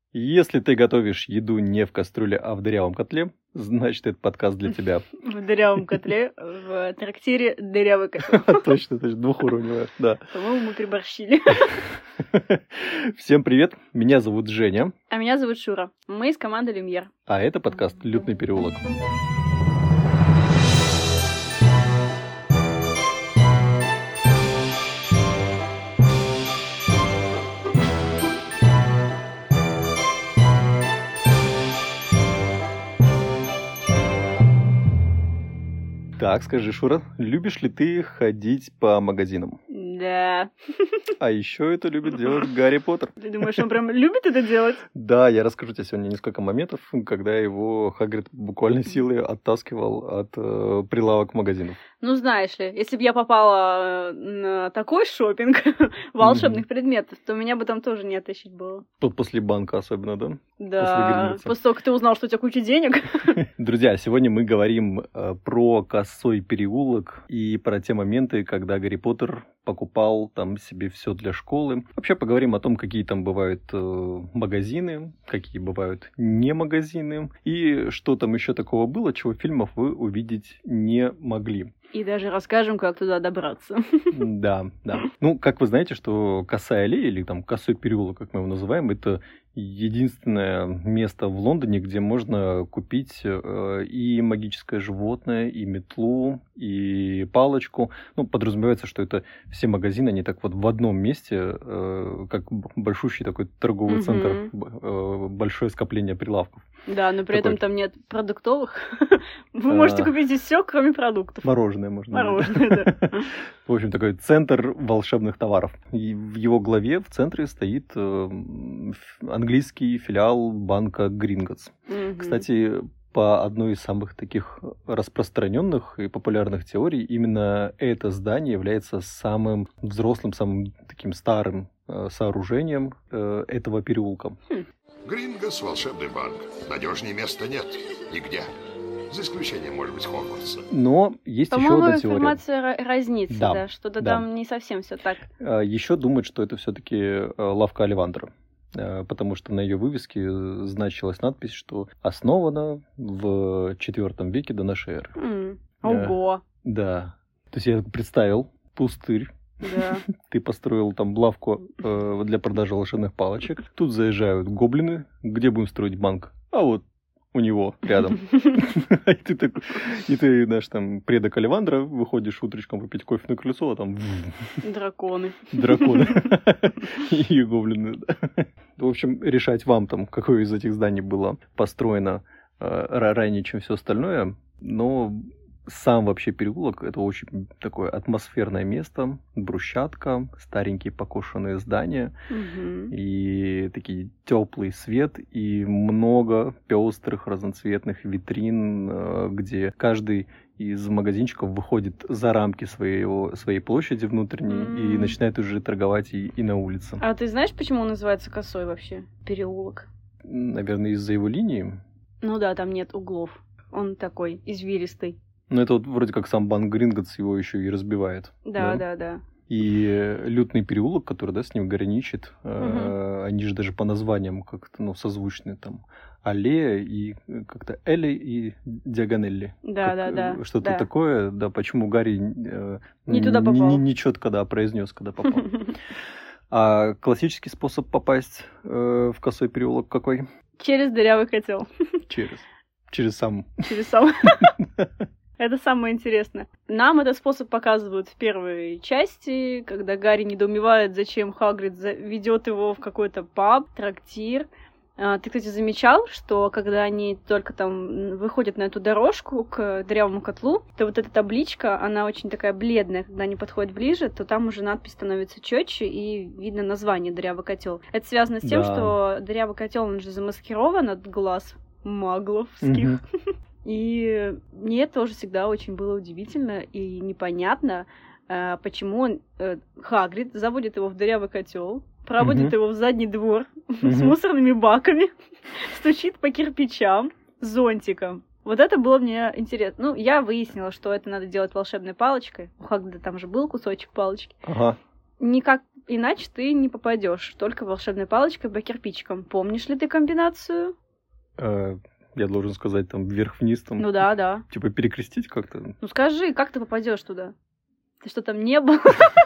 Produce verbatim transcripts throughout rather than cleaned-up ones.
Если ты готовишь еду не в кастрюле, а в дырявом котле, значит, этот подкаст для тебя. В дырявом котле, в трактире дырявый котел. Точно, точно, двухуровневая, да. По-моему, мы переборщили. Всем привет, меня зовут Женя. А меня зовут Шура. Мы из команды Люмьер. А это подкаст «Лютный переулок». Так, скажи, Шура, любишь ли ты ходить по магазинам? Да. А еще это любит делать Гарри Поттер. Ты думаешь, он прям любит это делать? Да, я расскажу тебе сегодня несколько моментов, когда его Хагрид буквально силой оттаскивал от э, прилавок магазинов. Ну, знаешь ли, если бы я попала на такой шопинг волшебных mm-hmm. предметов, то меня бы там тоже не оттащить было. Тут после банка особенно, да? Да, после, после того, как ты узнал, что у тебя куча денег. Друзья, сегодня мы говорим э, про Косой переулок и про те моменты, когда Гарри Поттер покупал там себе все для школы. Вообще поговорим о том, какие там бывают э, магазины, какие бывают не магазины, и что там еще такого было, чего в фильмах вы увидеть не могли. И даже расскажем, как туда добраться. Да, да. Ну, как вы знаете, что Косая аллея, или там Косой переулок, как мы его называем, это единственное место в Лондоне, где можно купить э, и магическое животное, и метлу, и палочку. Ну, подразумевается, что это все магазины, они так вот в одном месте, э, как большущий такой торговый mm-hmm. центр, э, большое скопление прилавков. Да, но при Такой... этом там нет продуктовых. Вы можете купить здесь все, кроме продуктов. Мороженое можно. Мороженое, да. В общем, такой центр волшебных товаров. И в его главе, в центре, стоит английский филиал банка Гринготс. Кстати, по одной из самых таких распространенных и популярных теорий, именно это здание является самым взрослым, самым таким старым сооружением этого переулка. Гринготс — волшебный банк. Надежнее места нет нигде. За исключением, может быть, Хогвартса. Но есть По-моему, еще одна теория. информация разнится, да, да что-то да. там не совсем все так. Еще думают, что это все-таки лавка Оливандера, потому что на ее вывеске значилась надпись, что основана в четвертом веке до нашей эры. Mm. Ого! Да. То есть я представил пустырь. Да. Ты построил там лавку э, для продажи волшебных палочек. Тут заезжают гоблины. Где будем строить банк? А вот у него рядом. И ты такой, и ты, знаешь, там, предок Оливандра, выходишь утречком попить кофе на крыльцо, а там... Драконы. Драконы. И гоблины. В общем, решать вам там, какое из этих зданий было построено ранее, чем все остальное. Но сам вообще переулок — это очень такое атмосферное место, брусчатка, старенькие покошенные здания, угу. и такие теплый свет, и много пестрых разноцветных витрин, где каждый из магазинчиков выходит за рамки своего, своей площади внутренней mm. и начинает уже торговать и, и на улице. А ты знаешь, почему он называется Косой вообще, переулок? Наверное, из-за его линии. Ну да, там нет углов. Он такой извилистый. Ну, это вот вроде как сам банк Гринготс его еще и разбивает. Да, да, да, да. И Лютный переулок, который, да, с ним граничит, угу. э, они же даже по названиям как-то, ну, созвучны, там, аллея и как-то Элли и Диагонелли. Да, как, да, да. Что-то да. такое, да, почему Гарри э, не туда попал. Не, не четко, да, произнес, когда попал. А классический способ попасть в Косой переулок какой? Через дырявый котел. Через. Через сам. Через сам. Это самое интересное. Нам этот способ показывают в первой части, когда Гарри недоумевает, зачем Хагрид ведет его в какой-то паб, трактир. Ты, кстати, замечал, что когда они только там выходят на эту дорожку к дырявому котлу, то вот эта табличка, она очень такая бледная. Когда они подходят ближе, то там уже надпись становится четче и видно название «Дырявый котел». Это связано с тем, да. что дырявый котел, он же замаскирован от глаз магловских. Mm-hmm. И мне тоже всегда очень было удивительно и непонятно, почему он, Хагрид заводит его в дырявый котел, проводит mm-hmm. его в задний двор mm-hmm. с мусорными баками, стучит по кирпичам с зонтиком. Вот это было мне интересно. Ну, я выяснила, что это надо делать волшебной палочкой. У Хагрида там же был кусочек палочки. Ага. Никак иначе ты не попадешь только волшебной палочкой по кирпичикам. Помнишь ли ты комбинацию? А, я должен сказать, там, вверх-вниз, там... Ну да, да. Типа перекрестить как-то? Ну скажи, как ты попадешь туда? Ты что, там не был?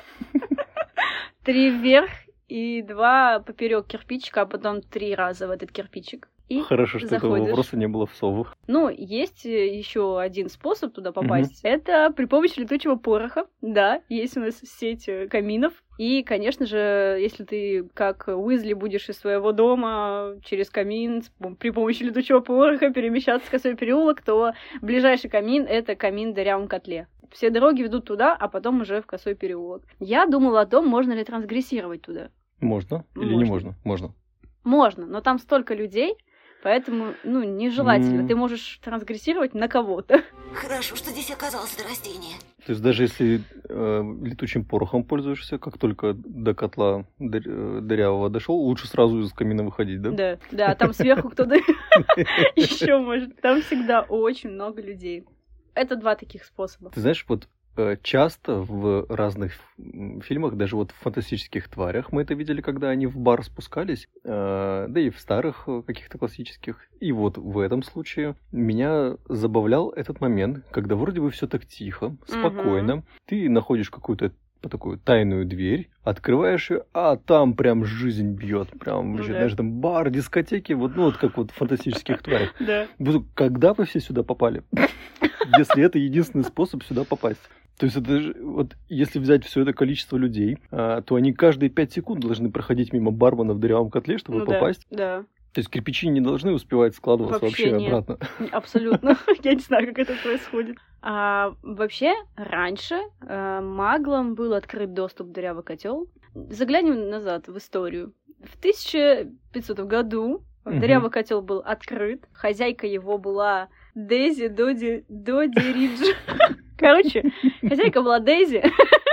Три вверх и два поперек кирпичика, а потом три раза в этот кирпичик. И Хорошо, что заходишь. этого вопроса не было в сову. Ну, есть еще один способ туда попасть. Mm-hmm. Это при помощи летучего пороха. Да, есть у нас сеть каминов. И, конечно же, если ты, как Уизли, будешь из своего дома через камин при помощи летучего пороха перемещаться в Косой переулок, то ближайший камин — это камин в дырявом котле. Все дороги ведут туда, а потом уже в Косой переулок. Я думала о том, можно ли трансгрессировать туда. Можно или можно. не можно? Можно. Можно, но там столько людей, поэтому, ну, нежелательно. Mm. Ты можешь трансгрессировать на кого-то. Хорошо, что здесь оказалось это растение. То есть даже если э, летучим порохом пользуешься, как только до котла дыр- дырявого дошел, лучше сразу из камина выходить, да? Да, да, там сверху кто-то еще может. Там всегда очень много людей. Это два таких способа. Ты знаешь, вот часто в разных фильмах, даже вот в «Фантастических тварях» мы это видели, когда они в бар спускались, да и в старых каких-то классических. И вот в этом случае меня забавлял этот момент, когда вроде бы все так тихо, спокойно, угу. Ты находишь какую-то такую тайную дверь, открываешь ее, а там прям жизнь бьет, прям, ну, знаешь, да. Там бар, дискотеки, вот, ну вот как вот в «Фантастических тварях». Да. Когда вы все сюда попали? Если это единственный способ сюда попасть. То есть это же, вот если взять все это количество людей, а, то они каждые пять секунд должны проходить мимо бармена в дырявом котле, чтобы ну, попасть. Да, да. То есть кирпичи не должны успевать складываться вообще, вообще обратно. Абсолютно. Я не знаю, как это происходит. А, вообще, раньше а, маглам был открыт доступ в дырявый котел. Заглянем назад в историю. В тысяча пятисотом году угу. дырявый котел был открыт. Хозяйка его была Дейзи Доди Доди Ридж. Короче, хозяйка была Дейзи.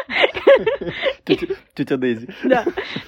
Тетя Дейзи. Да.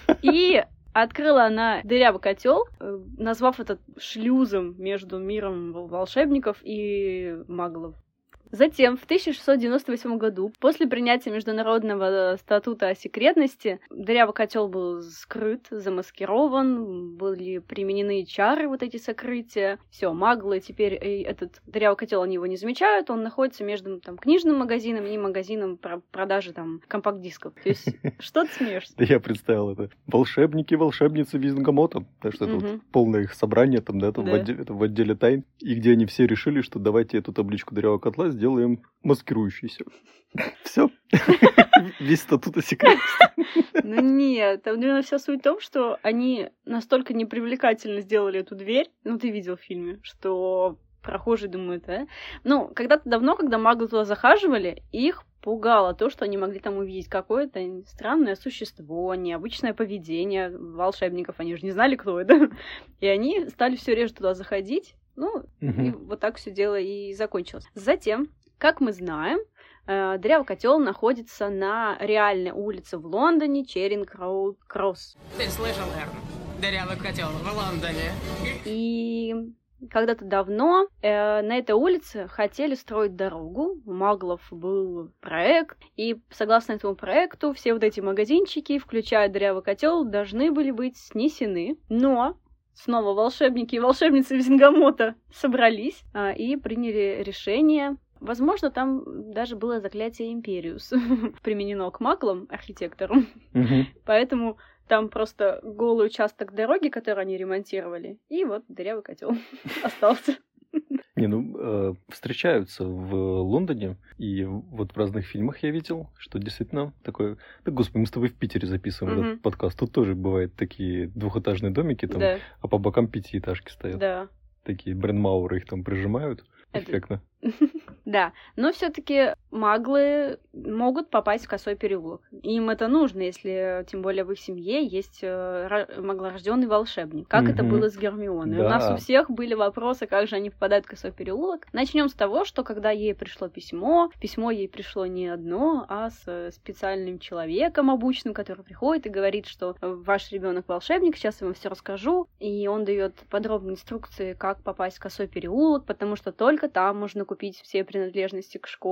И открыла она дырявый котел, назвав это шлюзом между миром волшебников и маглов. Затем, в тысяча шестьсот девяносто восьмом году, после принятия Международного статута о секретности, дырявый котел был скрыт, замаскирован, были применены чары, вот эти сокрытия. Все, маглы теперь этот дырявый котел, они его не замечают, он находится между там, книжным магазином и магазином продажи там компакт-дисков. То есть, что ты смеешься? Да я представил это. Волшебники, волшебницы Визенгамота. Так что это вот полное их собрание там, да, там в отделе тайн. И где они все решили, что давайте эту табличку дырявого котла сделаем делаем маскирующийся. Все. Весь статут о секретности. Ну нет, там, наверное, вся суть в том, что они настолько непривлекательно сделали эту дверь, ну ты видел в фильме, что прохожие думают, а? Ну, когда-то давно, когда маглы туда захаживали, их пугало то, что они могли там увидеть какое-то странное существо, необычное поведение волшебников, они же не знали, кто это. И они стали все реже туда заходить. Ну, угу. И вот так все дело и закончилось. Затем, как мы знаем, э, дырявый котел находится на реальной улице в Лондоне, Черинг-Кросс. Ты слышал, Эрн? Дырявый котел в Лондоне. И когда-то давно э, на этой улице хотели строить дорогу. У маглов был проект, и согласно этому проекту все вот эти магазинчики, включая дырявый котел, должны были быть снесены. Но снова волшебники и волшебницы Визенгамота собрались а, и приняли решение. Возможно, там даже было заклятие Империус применено к маглам, архитекторам. Угу. Поэтому там просто голый участок дороги, который они ремонтировали, и вот дырявый котел остался. Не, ну, э, встречаются в Лондоне, и вот в разных фильмах я видел, что действительно такое... Да, господи, мы с тобой в Питере записываем mm-hmm. этот подкаст, тут тоже бывают такие двухэтажные домики, там, да. а по бокам пятиэтажки стоят. Да. Такие бренмауры их там прижимают. Это... Эффектно. Да, но все-таки маглы могут попасть в Косой переулок. Им это нужно, если тем более в их семье есть маглорожденный волшебник. Как это было с Гермионой? У нас у всех были вопросы, как же они попадают в Косой переулок. Начнем с того, что когда ей пришло письмо, письмо ей пришло не одно, а с специальным человеком обученным, который приходит и говорит, что ваш ребенок волшебник, сейчас я вам все расскажу. И он дает подробные инструкции, как попасть в Косой переулок, потому что только там можно купить все принадлежности к школе.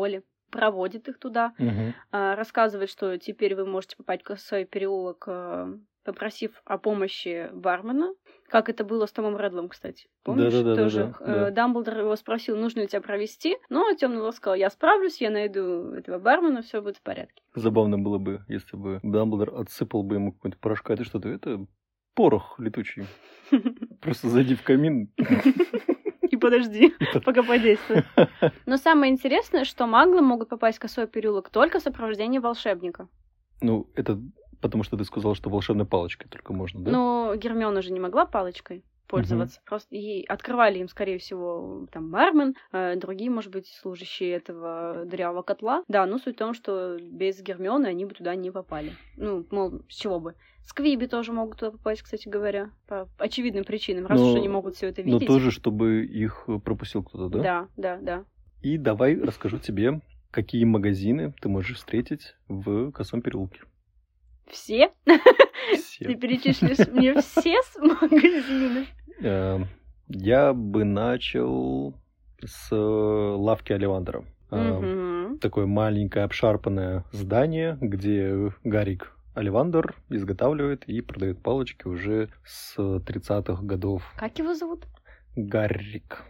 проводит их туда, Мгм. а, рассказывает, что теперь вы можете попасть в Косой переулок, а, попросив о помощи бармена. Как это было с Томом Реддлом, кстати. Помнишь? Да-да-да-да-да, Тоже э, да. Дамблдор его спросил, нужно ли тебя провести. Но Темный Лорд сказал, я справлюсь, я найду этого бармена, все будет в порядке. Забавно было бы, если бы Дамблдор отсыпал бы ему какой-то порошка. Это что-то, это порох летучий. Просто зайди в камин. И подожди, пока подействует. Но самое интересное, что маглы могут попасть в Косой переулок только в сопровождении волшебника. Ну, это потому что ты сказал, что волшебной палочкой только можно, да? Но Гермиона же не могла палочкой пользоваться. Угу. Просто ей открывали им, скорее всего, там бармен, э, другие, может быть, служащие этого дырявого котла. Да, но суть в том, что без Гермионы они бы туда не попали. Ну, мол, с чего бы. Сквиби тоже могут туда попасть, кстати говоря, по очевидным причинам, раз но, уж они могут все это видеть. Но тоже, чтобы их пропустил кто-то, да? Да, да, да. И давай расскажу тебе, какие магазины ты можешь встретить в Косом переулке. Все? Все. Ты перечислишь мне все магазины? Я бы начал с лавки Оливандера. Угу. Такое маленькое обшарпанное здание, где Гарик Оливандер изготавливает и продает палочки уже с тридцатых годов. Как его зовут? Гарик.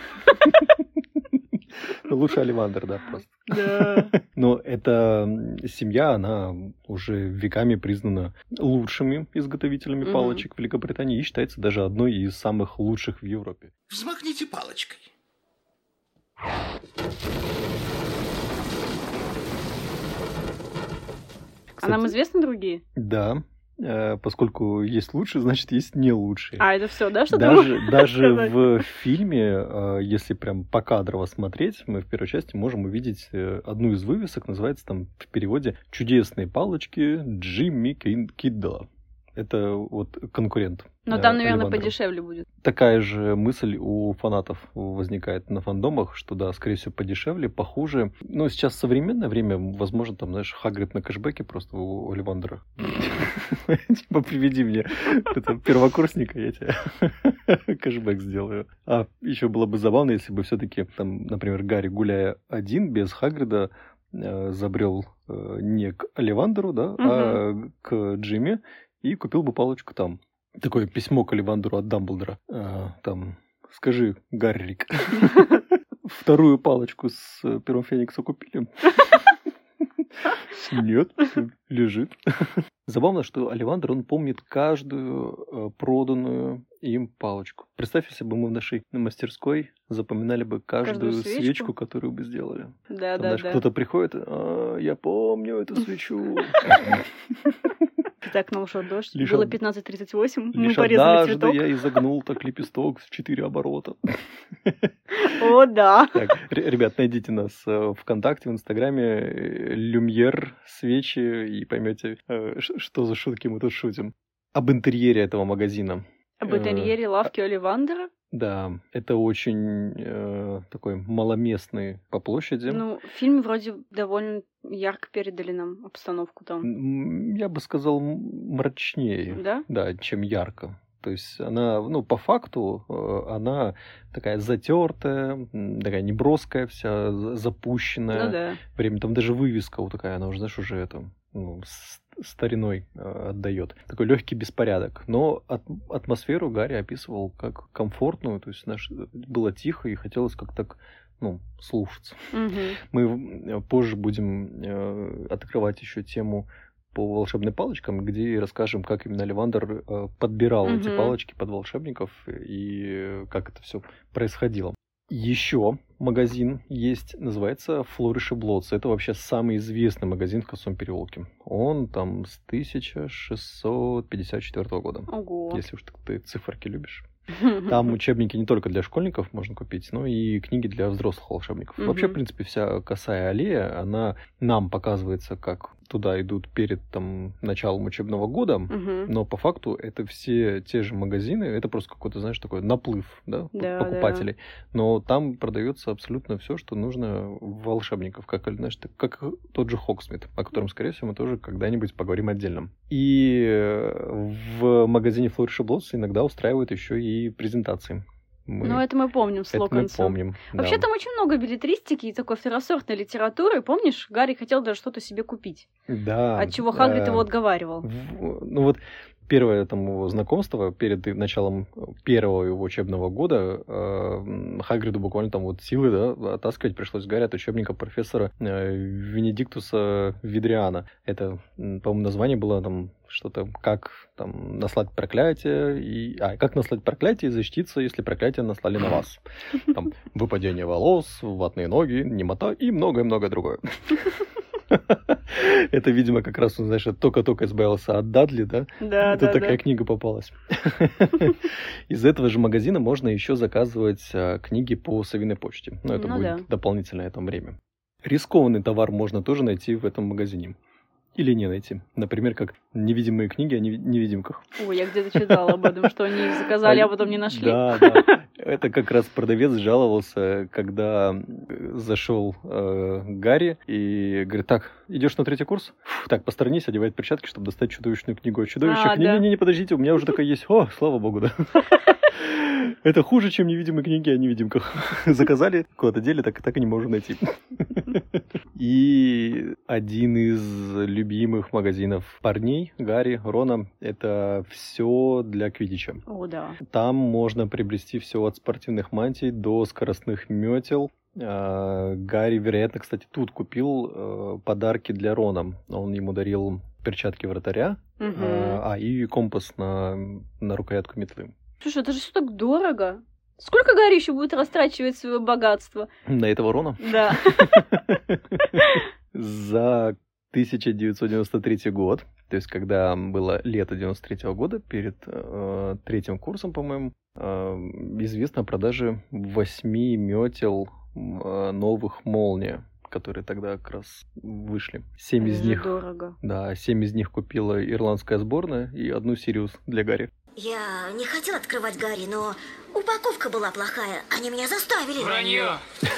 Лучше Оливандер, да, просто. Да. Но эта семья, она уже веками признана лучшими изготовителями mm-hmm. палочек в Великобритании и считается даже одной из самых лучших в Европе. Взмахните палочкой. Кстати, а нам известны другие? Да. Поскольку есть лучшие, значит, есть не лучшие. А, это все, да, что даже, даже в фильме, если прям покадрово смотреть, мы в первой части можем увидеть одну из вывесок, называется там в переводе «Чудесные палочки Джимми Киддала». Это вот конкурент. Но там, наверное, подешевле будет. Такая же мысль у фанатов возникает на фандомах, что да, скорее всего, подешевле, похуже. Ну, сейчас современное время, возможно, там, знаешь, Хагрид на кэшбэке просто у Оливандера. Типа, приведи мне первокурсника, я тебе кэшбэк сделаю. А еще было бы забавно, если бы все-таки, там, например, Гарри, гуляя один, без Хагрида, забрел не к Оливандеру, да, а к Джимми, и купил бы палочку там. Такое письмо к Оливандеру от Дамблдора. А, там, скажи, Гаррик, вторую палочку с Первым Феникса купили? Нет, лежит. Забавно, что Оливандер, он помнит каждую проданную им палочку. Представь, если бы мы в нашей мастерской запоминали бы каждую, каждую свечку? свечку, которую бы сделали. Да, там, да, знаешь, да. Кто-то приходит, а, я помню эту свечу. Так, ну шел дождь. Лишь Было од... пятнадцать тридцать восемь, мы порезали цветок. я изогнул так лепесток в четыре оборота. О, да. Так, ребят, найдите нас в ВКонтакте, в Инстаграме, Люмьер, свечи, и поймете, что за шутки мы тут шутим. Об интерьере этого магазина. Об интерьере лавки Оливандера? Да, это очень э, такой маломестный по площади. Ну, в фильме вроде довольно ярко передали нам обстановку там. Я бы сказал, мрачнее. Да? Да, чем ярко. То есть она, ну, по факту, она такая затертая, такая неброская вся, запущенная. Ну да. Время там даже вывеска вот такая, она уже, знаешь, уже это, ну, стариной э, отдает. Такой легкий беспорядок. Но от, атмосферу Гарри описывал как комфортную, то есть знаешь, было тихо и хотелось как-то так, ну, слушаться. Угу. Мы позже будем э, открывать еще тему по волшебным палочкам, где расскажем, как именно Оливандер э, подбирал угу. эти палочки под волшебников и как это все происходило. Еще магазин есть, называется Flourish and Blotts. Это вообще самый известный магазин в Косом переулке. Он там с тысяча шестьсот пятьдесят четвёртого года. Ого. Если уж ты циферки любишь. Там учебники не только для школьников можно купить, но и книги для взрослых волшебников. Угу. Вообще, в принципе, вся Косая аллея, она нам показывается, как туда идут перед там, началом учебного года, угу. но по факту это все те же магазины, это просто какой-то, знаешь, такой наплыв, да, да, покупателей. Да. Но там продается абсолютно все, что нужно волшебников, как, знаешь, как тот же Хогсмит, о котором, скорее всего, мы тоже когда-нибудь поговорим отдельно. И в магазине Flourish and Blotts иногда устраивают еще и презентации. Мы... Ну, это мы помним с это Локонсом. мы помним, Вообще, да. там очень много билетристики и такой второсортной литературы. Помнишь, Гарри хотел даже что-то себе купить. Да. От чего Хагрид э, его отговаривал. в- Ну вот первое там его знакомство перед и- началом первого его учебного года э, Хагриду буквально там вот силы, да, оттаскивать пришлось Гарри от учебника профессора э, Венедиктуса Видриана. Это, м, по-моему, название было там что-то как там наслать проклятие и а как наслать проклятие и защититься, если проклятие наслали на вас. Там выпадение волос, ватные ноги, немота и многое-многое другое. Это, видимо, как раз, он, знаешь, только-только избавился от Дадли, да? Да, Это да, такая да. книга попалась. Из этого же магазина можно еще заказывать а, книги по совиной почте. Но это Ну будет да. дополнительное там время. Рискованный товар можно тоже найти в этом магазине. Или не найти. Например, как невидимые книги о неви- невидимках. Ой, я где-то читала об этом, что они их заказали, а потом не нашли. Да, да. Это как раз продавец жаловался, когда зашел э, Гарри и говорит: так, идешь на третий курс? Фу, так, посторонись, одевает перчатки, чтобы достать чудовищную книгу. А чудовище, А, да. не-не-не, подождите, у меня уже такая есть. О, слава богу, да. Это хуже, чем невидимые книги о невидимках. Заказали, куда-то дели, так, так и не можем найти. И один из любимых магазинов парней, Гарри, Рона, это все для квиддича. О, да. Там можно приобрести все от спортивных мантий до скоростных метел. А, Гарри, вероятно, кстати, тут купил э, подарки для Рона. Он ему дарил перчатки вратаря, Мгм. а, а, и компас на, на рукоятку метлы. Слушай, это же все так дорого. Сколько Гарри еще будет растрачивать свое богатство? На этого Рона Да. за тысяча девятьсот девяносто третий год, то есть когда было лето девяносто третьего года, перед э, третьим курсом, по-моему, э, известно о продаже восьми метел э, новых «Молния», которые тогда как раз вышли. Семь Это из же них, дорого. да, семь из них купила ирландская сборная и одну «Сириус» для Гарри. Я не хотел открывать Гарри, но упаковка была плохая. Они меня заставили. Вранье!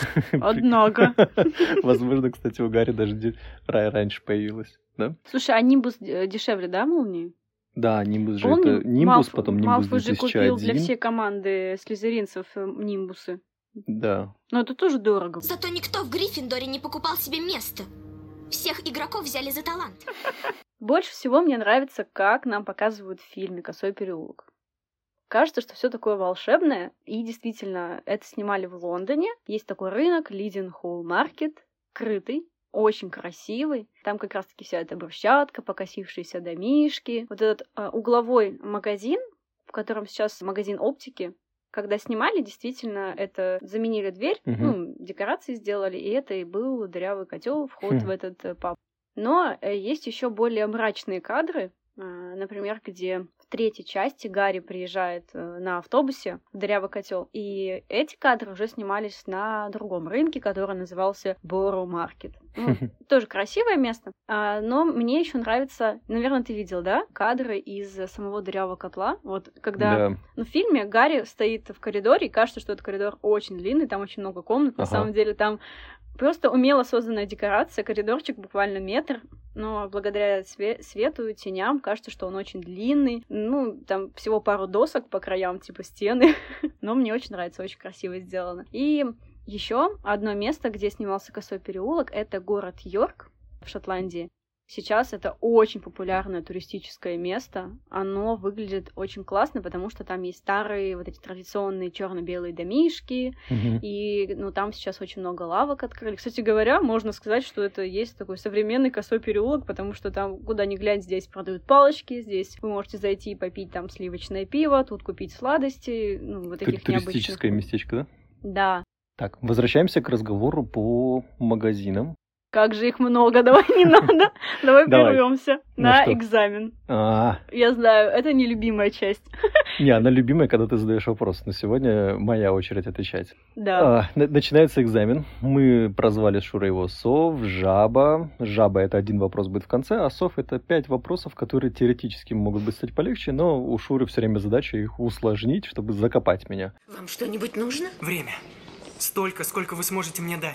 Однако. Возможно, кстати, у Гарри даже де- ра- раньше появилась, да? Слушай, а Нимбус э, дешевле, да, молнии? Да, Нимбус же Помним, это Нимбус, Малф- потом Нимбус Малфой же две тысячи купил для один. всей команды слизеринцев э, Нимбусы. Да. Но это тоже дорого. Зато никто в Гриффиндоре не покупал себе место. Всех игроков взяли за талант. Больше всего мне нравится, как нам показывают в фильме «Косой переулок». Кажется, что все такое волшебное, и действительно, это снимали в Лондоне. Есть такой рынок, Лиденхолл Маркет, крытый, очень красивый. Там как раз-таки вся эта брусчатка, покосившиеся домишки. Вот этот э, угловой магазин, в котором сейчас магазин оптики, когда снимали, действительно, это заменили дверь, Мгм. ну, декорации сделали, и это и был дырявый котел, вход Хм. в этот э, паб. Но э, есть еще более мрачные кадры, э, например, где в третьей части Гарри приезжает э, на автобусе в дырявый котел, и эти кадры уже снимались на другом рынке, который назывался Borough Market. Ну, тоже красивое место, а, но мне еще нравится, наверное, ты видел, да, кадры из самого дырявого котла. Вот когда Да. ну, в фильме Гарри стоит в коридоре, и кажется, что этот коридор очень длинный, там очень много комнат. На Ага. самом деле там просто умело созданная декорация, коридорчик буквально метр, но благодаря све- свету, теням, кажется, что он очень длинный. Ну, там всего пару досок по краям, типа стены, но мне очень нравится, очень красиво сделано. И еще одно место, где снимался «Косой переулок», это город Йорк в Шотландии. Сейчас это очень популярное туристическое место. Оно выглядит очень классно, потому что там есть старые вот эти традиционные черно-белые домишки, Мгм. и ну, там сейчас очень много лавок открыли. Кстати говоря, можно сказать, что это есть такой современный Косой переулок, потому что там, куда ни глянь, здесь продают палочки, здесь вы можете зайти и попить там сливочное пиво, тут купить сладости, ну, вот Ту- таких необычных. Туристическое местечко, да? Да. Так, возвращаемся к разговору по магазинам. Как же их много, давай не надо. Давай Давай. прервемся Ну на что? экзамен. А, Я знаю, это не любимая часть. не, она любимая, когда ты задаешь вопрос. Но сегодня моя очередь отвечать. Да. А, на- начинается экзамен. Мы прозвали с Шурой его Сов, Жаба. Жаба — это один вопрос будет в конце, а Сов — это пять вопросов, которые теоретически могут быть стать полегче, но у Шуры все время задача их усложнить, чтобы закопать меня. Вам что-нибудь нужно? Время. Столько, сколько вы сможете мне дать.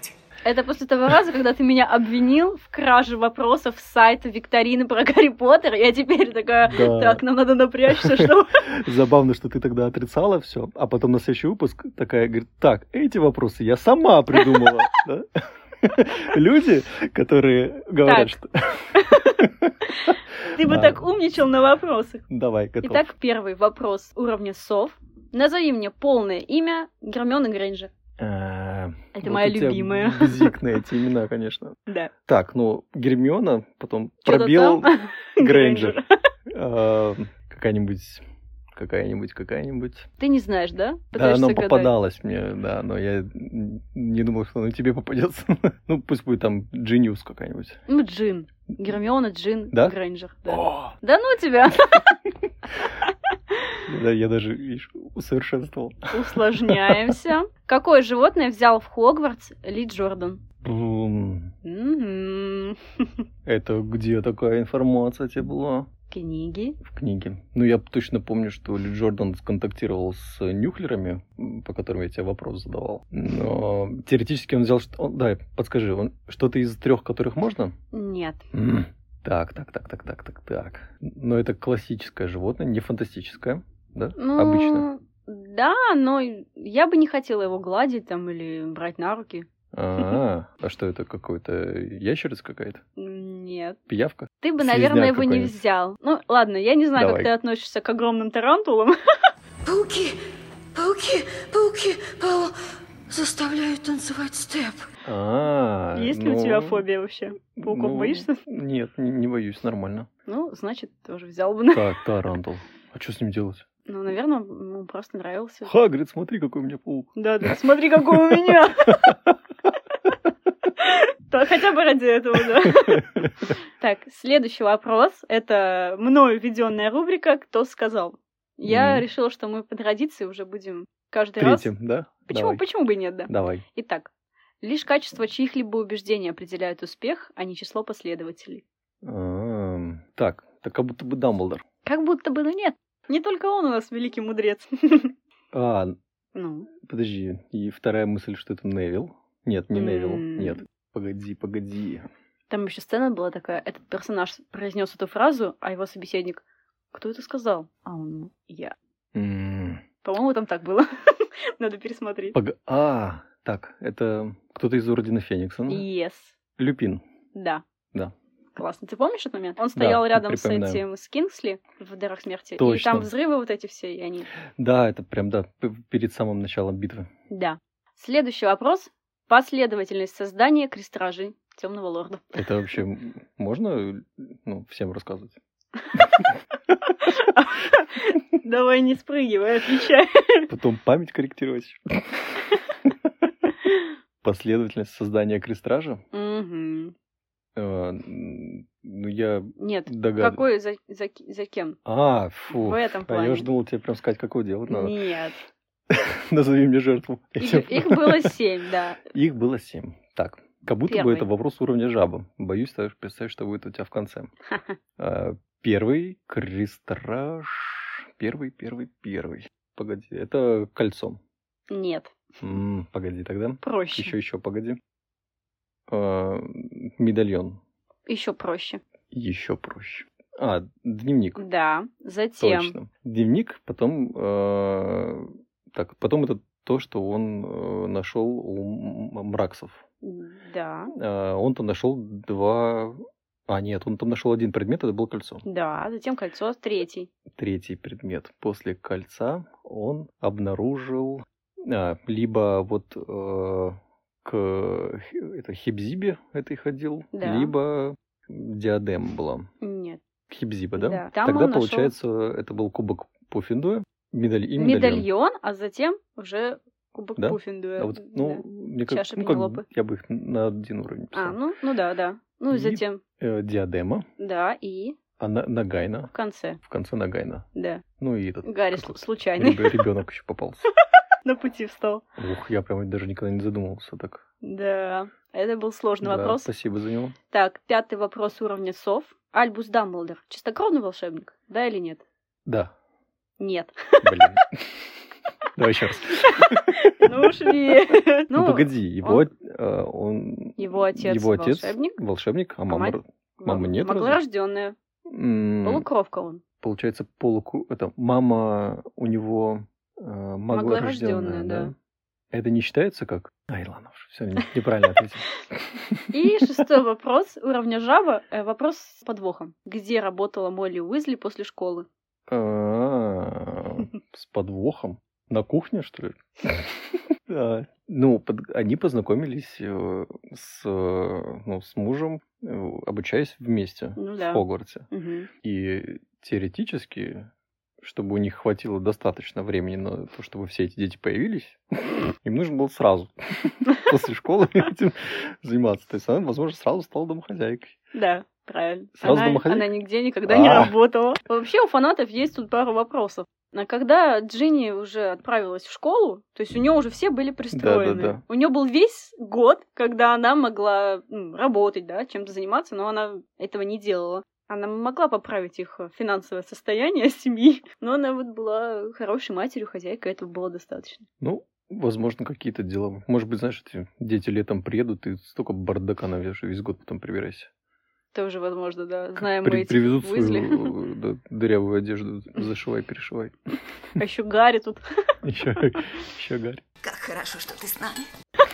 Это после того раза, когда ты меня обвинил в краже вопросов с сайта викторины про Гарри Поттера. Я теперь такая, Да. так, нам надо напрячься, что... Забавно, что ты тогда отрицала все, а потом на следующий выпуск такая говорит, так, эти вопросы я сама придумала. Да? Люди, которые говорят, что... Ты бы Да. так умничал на вопросах. Давай, готов. Итак, первый вопрос уровня сов. Назови мне полное имя Гермионы Грейнджер. Э, Это вот моя у тебя любимая. бзикные эти имена, конечно. Да. Так, ну, Гермиона, потом Чё-то пробел там. Грейнджер. Э, Какая-нибудь, какая-нибудь, какая-нибудь. Ты не знаешь, да? Да, Пытаешься она гадать. попадалась мне, да, но я не думал, что она тебе попадется. Ну, пусть будет там Джиниус какая-нибудь. Ну, Джин. Гермиона, Джин, Да? Грейнджер. Да. О, Да ну тебя! да, я даже, видишь, усовершенствовал. Усложняемся. Какое животное взял в Хогвартс Ли Джордан? Бум. Мгм. Это где такая информация тебе была? Книги. В книге. Ну, я точно помню, что Ли Джордан сконтактировал с нюхлерами, м, по которым я тебе вопрос задавал. Но теоретически он взял... что- он- Да, подскажи, он что-то из трех, которых можно? Нет. М, Так, так, так, так, так, так, так. Но это классическое животное, не фантастическое, да? Ну, Обычно. да, но я бы не хотела его гладить там или брать на руки. А, а что это, какой-то ящерица какая-то? Нет. Пиявка? Ты бы, Слизняк наверное, его не какой-нибудь. взял. Ну, ладно, я не знаю, Давай. как ты относишься к огромным тарантулам. Пауки, пауки, пауки, пау... заставляют танцевать степ. А, Есть ли у ну, тебя фобия вообще? Пауков ну, боишься? Нет, не, не боюсь, нормально. Ну, значит, тоже взял бы. Так, тарантул. А что с ним делать? Ну, наверное, ему просто нравился. Хагрид, смотри, какой у меня паук. Да, да, смотри, какой у меня. То хотя бы ради этого, да. Так, следующий вопрос. Это мною введенная рубрика «Кто сказал?». Я Мгм. решила, что мы по традиции уже будем каждый раз... Третьим, да? Почему, Давай. почему бы и нет, да? Давай. Итак, лишь качество чьих-либо убеждений определяет успех, а не число последователей. А, Так, так как будто бы Дамблдор. Как будто бы, ну нет. Не только он у нас великий мудрец. А, Ну, подожди, и вторая мысль, что это Невил. Нет, не Невил, М. нет. Погоди, погоди. там еще сцена была такая, этот персонаж произнес эту фразу, а его собеседник, кто это сказал? А он, я. М, По-моему, там так было. Надо пересмотреть. пог- А, так, это кто-то из Ордена Феникса. ну? Yes. Люпин. Да. Да. Классно. Ты помнишь этот момент? Он стоял Да, рядом с припоминаю. этим, с Кингсли в «Дарах смерти». И Точно. там взрывы вот эти все, и они... Да, это прям, да, п- перед самым началом битвы. Да. Следующий вопрос. Последовательность создания крестражей Темного Лорда. Это вообще м, можно, ну, всем рассказывать? Давай не спрыгивай, отвечай. Потом память корректировать. Последовательность создания крестража? Мгм. Э, м, Ну, я Нет. догадываюсь. Какой за, за, за кем? А, фу. В этом А я плане. уже думал тебе прям сказать, какое делать надо. Нет. Назови мне жертву. Их, их было семь, да. Их было семь. Так, как будто Первый. бы это вопрос уровня жаба. Боюсь даже представить, что будет у тебя в конце. А, Первый крестраж. Первый, первый, первый. Погоди, это кольцо. Нет. М, Погоди тогда. Проще. Еще, еще, погоди. А, Медальон. Еще проще. Еще проще. А, дневник. Да. Затем. Точно. Дневник, потом... э, Так, потом это то, что он э, нашел у м- мраксов. Да. Э, Он там нашел два... А, нет, он там нашел один предмет, это было кольцо. Да. Затем кольцо третий. Третий предмет. После кольца он обнаружил... а, либо вот э, к хи- это, Хибзибе этой ходил, Да. либо диадема была. Нет. Хибзиба, да? Да. Там Тогда, он нашел- получается, это был кубок Пуффиндуя медаль... и медальон. Медальон, а затем уже кубок Да? Пуффиндуя. А вот, ну, Да. мне как, Чаша ну, как Пенелопы. я бы их на один уровень А, писал. ну, ну да, да. Ну и И- затем, Э, диадема, да, и а на, Нагайна, в конце, в конце Нагайна. да. Ну и этот Гарри как сл- вот случайный ребенок еще попался. на пути встал. Ух, я прям даже никогда не задумывался так. Да, это был сложный Да, вопрос. спасибо за него. Так, пятый вопрос уровня сов. Альбус Дамблдор. Чистокровный волшебник? Да или нет? Да, Нет. блин. Давай еще раз. Ну ушли. Ну, погоди, его он... Его отец волшебник. Волшебник, а мама... Мама нет? Маглорожденная. Полукровка он. Получается, полукровка... Это мама у него маглорожденная, да? Это не считается как... Ай, ладно, все, неправильно ответил. И шестой вопрос уровня жаба. Вопрос с подвохом. Где работала Молли Уизли после школы? С подвохом? На кухне, что ли? Да. Ну, они познакомились с, ну, с мужем, обучаясь вместе в Хогвартсе. И теоретически, чтобы у них хватило достаточно времени на то, чтобы все эти дети появились, им нужно было сразу после школы этим заниматься. То есть она, возможно, сразу стала домохозяйкой. Да, правильно. Сразу она, домохозяйка? Она нигде никогда не работала. Вообще у фанатов есть тут пару вопросов. А когда Джинни уже отправилась в школу, то есть у нее уже все были пристроены. Да, да, да. У нее был весь год, когда она могла ну, работать, да, чем-то заниматься, но она этого не делала. Она могла поправить их финансовое состояние семьи, но она вот была хорошей матерью, хозяйкой, этого было достаточно. Ну, возможно, какие-то дела. Может быть, знаешь, эти дети летом приедут, и столько бардака навешаешь, весь год потом прибирайся. Тоже возможно, да. Знаем При, мы этих привезут Уизли. свою да, дырявую одежду, зашивай, перешивай. А еще Гарри тут. Еще, еще Гарри. Как хорошо, что ты с нами.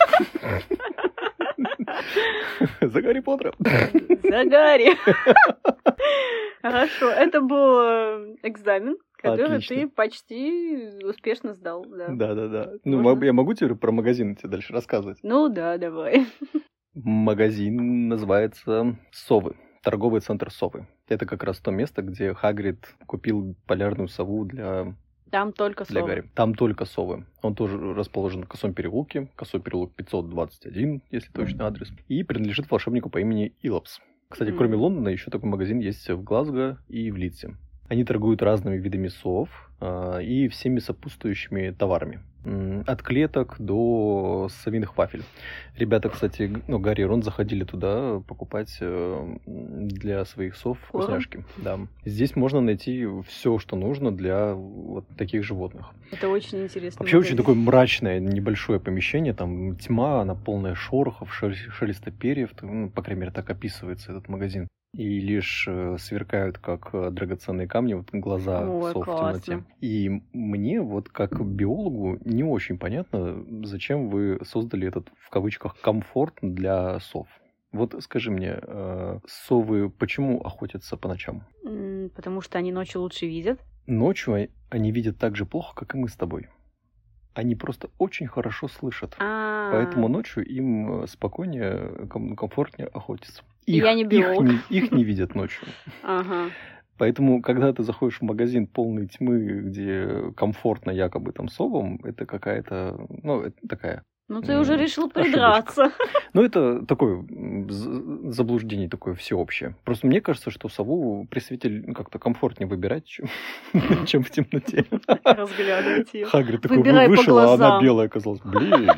За Гарри Поттера. За Гарри. Хорошо, это был экзамен, который Отлично. ты почти успешно сдал. Да, да, да. да. Ну, Можно? я могу тебе про магазин тебе дальше рассказывать? Ну да, давай. Магазин называется «Совы». Торговый центр «Совы». Это как раз то место, где Хагрид купил полярную сову для... Там только для совы. Гарри. Там только совы. Он тоже расположен в Косом переулке. Косой переулок пятьсот двадцать один, если точный адрес. И принадлежит волшебнику по имени Илопс. Кстати, Mm. кроме Лондона, еще такой магазин есть в Глазго и в Лидсе. Они торгуют разными видами сов э, и всеми сопутствующими товарами. М, От клеток до совиных вафель. Ребята, кстати, ну, Гарри и Рон заходили туда покупать э, для своих сов Корм? вкусняшки. Да. Здесь можно найти все, что нужно для вот таких животных. Это очень интересно. Вообще очень такое мрачное небольшое помещение. Там тьма, она полная шорохов, шель- шелеста перьев. Ну, по крайней мере, так описывается этот магазин. И лишь э, сверкают, как э, драгоценные камни, вот глаза Ой, сов в классно. темноте. И мне, вот как биологу, не очень понятно, зачем вы создали этот, в кавычках, комфорт для сов. Вот скажи мне, э, совы почему охотятся по ночам? М, Потому что они ночью лучше видят. Ночью о- они видят так же плохо, как и мы с тобой. Они просто очень хорошо слышат. А, Поэтому ночью им э, спокойнее, ком- комфортнее охотиться. Я не их, биолог. не, их не видят ночью. Ага. Поэтому, когда ты заходишь в магазин полный тьмы, где комфортно якобы там совам, это какая-то, ну, это такая... Ну ты м, уже решил ошибочка. придраться. Ну, это такое м, з- заблуждение такое всеобщее. Просто мне кажется, что сову при свете ну, как-то комфортнее выбирать, чем, чем в темноте. Разглядывать ее. Хагрид такой Выбирай по вышел, а она глазам. белая оказалась. Блин.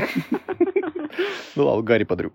Ну ладно, Гарри подрю.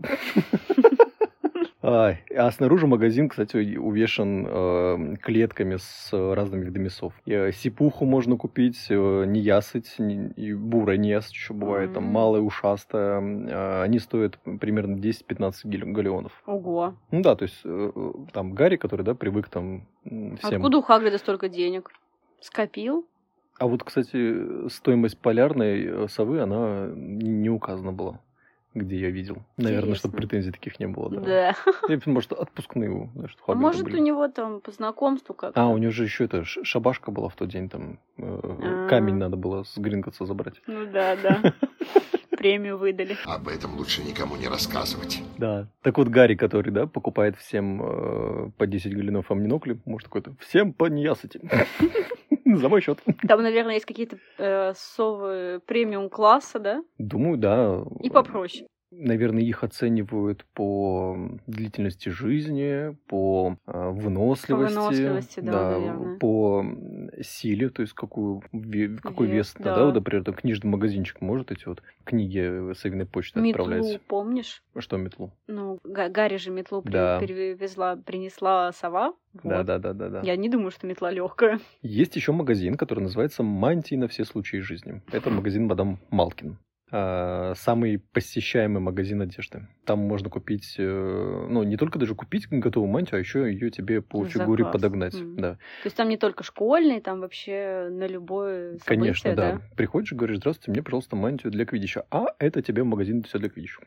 А, а снаружи магазин, кстати, увешан э, клетками с разными видами сов. И, э, сипуху можно купить, э, неясыть, не, и бурая неясыть еще бывает, там М. малая, ушастая. Э, они стоят примерно десять-пятнадцать гил- галеонов. Ого. Ну да, то есть э, э, там Гарри, который, да, привык там м, всем. Откуда у Хагрида столько денег? Скопил? А вот, кстати, стоимость полярной э, совы, она не не указана была, где я видел. Наверное, Интересно. чтобы претензий таких не было, да. Да. Или, может, отпускные, знаешь, А Хагрида может, были. у него там по знакомству как-то? А, у него же еще это ш- шабашка была в тот день, там э, А. камень надо было с Гринготса забрать. Ну да, да. Премию выдали. Об этом лучше никому не рассказывать. Да. Так вот, Гарри, который, да, покупает всем э, по десять галлонов амнинокли, может, какой-то, всем по неясыти. За мой счет. Там, наверное, есть какие-то э, совы премиум класса, да? Думаю, да. И попроще. наверное, их оценивают по длительности жизни, по э, выносливости, По выносливости, да, да, наверное. по силе, то есть какую, ве- какой вес, Вес, да, да. вот, например, там книжный магазинчик может эти вот книги совиной почты отправлять. Метлу, помнишь? Что метлу? Ну, Га- Гарри же метлу при- Да. перевезла, принесла сова. Да, Вот. да, да, да, да. Я не думаю, что метла легкая. Есть еще магазин, который называется «Мантии на все случаи жизни». Это магазин мадам Малкин. А, самый посещаемый магазин одежды. Там можно купить, э, ну, не только даже купить готовую мантию, а еще ее тебе по Заказ. фигуре подогнать. Мгм. Да. То есть там не только школьный, там вообще на любое событие, Конечно, да. да? Приходишь и говоришь: здравствуйте, мне, пожалуйста, мантию для квиддича. А это тебе магазин все для квиддича.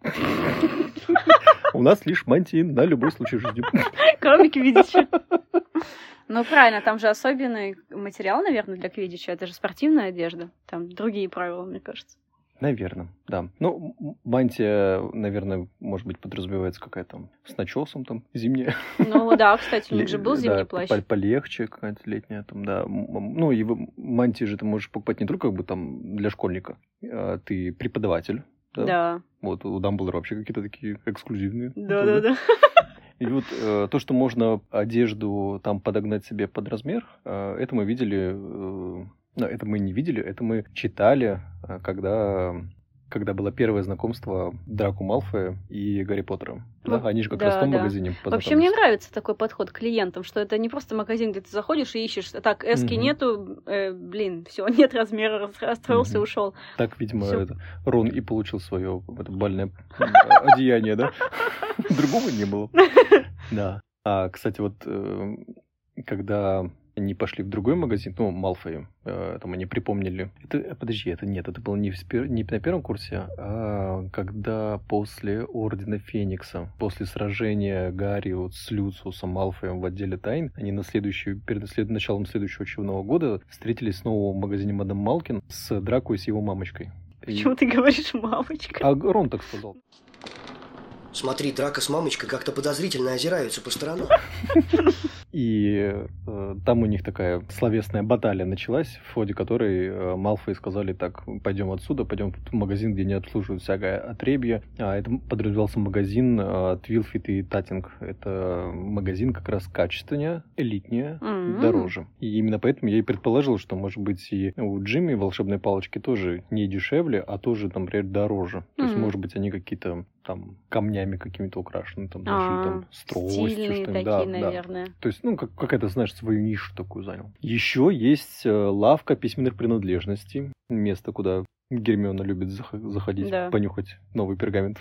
У нас лишь мантии на любой случай жизни. Кроме квиддича. Ну, правильно, там же особенный материал, наверное, для квиддича. Это же спортивная одежда. Там другие правила, мне кажется. Наверное, да. Ну, м- мантия, наверное, может быть, подразумевается какая-то с начесом там, зимняя. Ну да, кстати, у них же Ле- был зимний да, плащ. по- полегче какая-то летняя там, да. М- м- Ну, и в- мантии же ты можешь покупать не только как бы там для школьника. А ты преподаватель, да? Да, Вот у Дамблдора вообще какие-то такие эксклюзивные. да, да, да. И вот э, то, что можно одежду там подогнать себе под размер, э, это мы видели, э, ну, это мы не видели, это мы читали, э, когда, когда было первое знакомство Драко Малфоя и Гарри Поттера. Да? Вот, Они же как да, раз в том да. магазине Вообще мне познакомились. нравится такой подход к клиентам, что это не просто магазин, где ты заходишь и ищешь, так, эски Мгм. нету, э, блин, все, нет размера, рас- расстроился, Мгм. ушел. Так, видимо, Всё. это, Рон и получил свое это, бальное м, одеяние, да? Другого не было. Да. А, кстати, вот э, когда они пошли в другой магазин, ну, Малфой, э, там они припомнили. Это, э, подожди, это нет, это было не, в спер- не на первом курсе, а когда после Ордена Феникса, после сражения Гарри вот с Люциусом Малфоем в отделе тайн, они на следующий, перед след- началом следующего учебного года встретились снова в магазине Мадам Малкин с Драко и с его мамочкой. И- Почему ты говоришь мамочка? А Рон так сказал. Смотри, Драко с мамочкой как-то подозрительно озираются по сторонам. И э, там у них такая словесная баталия началась, в ходе которой э, Малфой сказали: так, пойдем отсюда, пойдем в магазин, где не обслуживают всякое отребье. А это подразумевался магазин э, Твилфит и Таттинг. Это магазин как раз качественнее, элитнее, М. дороже. И именно поэтому я и предположил, что, может быть, и у Джимми волшебные палочки тоже не дешевле, а тоже, там, например, дороже. То есть, Мгм. может быть, они какие-то там камнями какими-то украшены, там, даже А, там с тростью, стильные что-нибудь. такие, Да, да. наверное. То есть, ну, как, какая-то, знаешь, свою нишу такую занял. Еще есть э, лавка письменных принадлежностей. Место, куда Гермиона любит зах- заходить, Да. понюхать новый пергамент.